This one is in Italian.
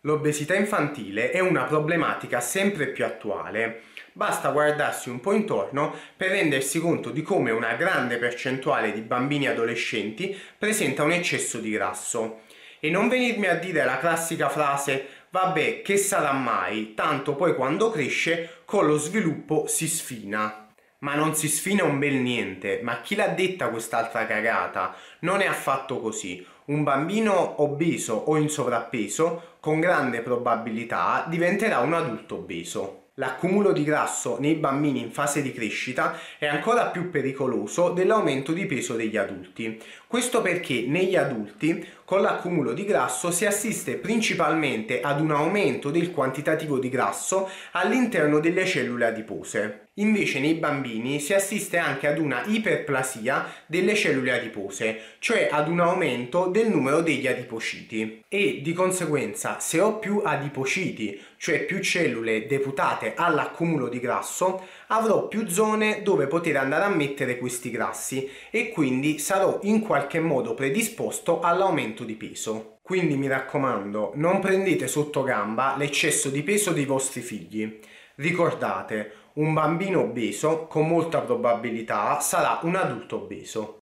L'obesità infantile è una problematica sempre più attuale. Basta guardarsi un po' intorno per rendersi conto di come una grande percentuale di bambini e adolescenti presenta un eccesso di grasso. E non venirmi a dire la classica frase «vabbè, che sarà mai, tanto poi quando cresce con lo sviluppo si sfina». Ma non si sfina un bel niente, ma chi l'ha detta quest'altra cagata? Non è affatto così. Un bambino obeso o in sovrappeso, con grande probabilità, diventerà un adulto obeso. L'accumulo di grasso nei bambini in fase di crescita è ancora più pericoloso dell'aumento di peso degli adulti. Questo perché negli adulti con l'accumulo di grasso si assiste principalmente ad un aumento del quantitativo di grasso all'interno delle cellule adipose. Invece nei bambini si assiste anche ad una iperplasia delle cellule adipose, cioè ad un aumento del numero degli adipociti. E di conseguenza, se ho più adipociti, cioè più cellule deputate all'accumulo di grasso, avrò più zone dove poter andare a mettere questi grassi e quindi sarò in qualche modo predisposto all'aumento di peso. Quindi mi raccomando, non prendete sotto gamba l'eccesso di peso dei vostri figli. Ricordate, un bambino obeso con molta probabilità sarà un adulto obeso.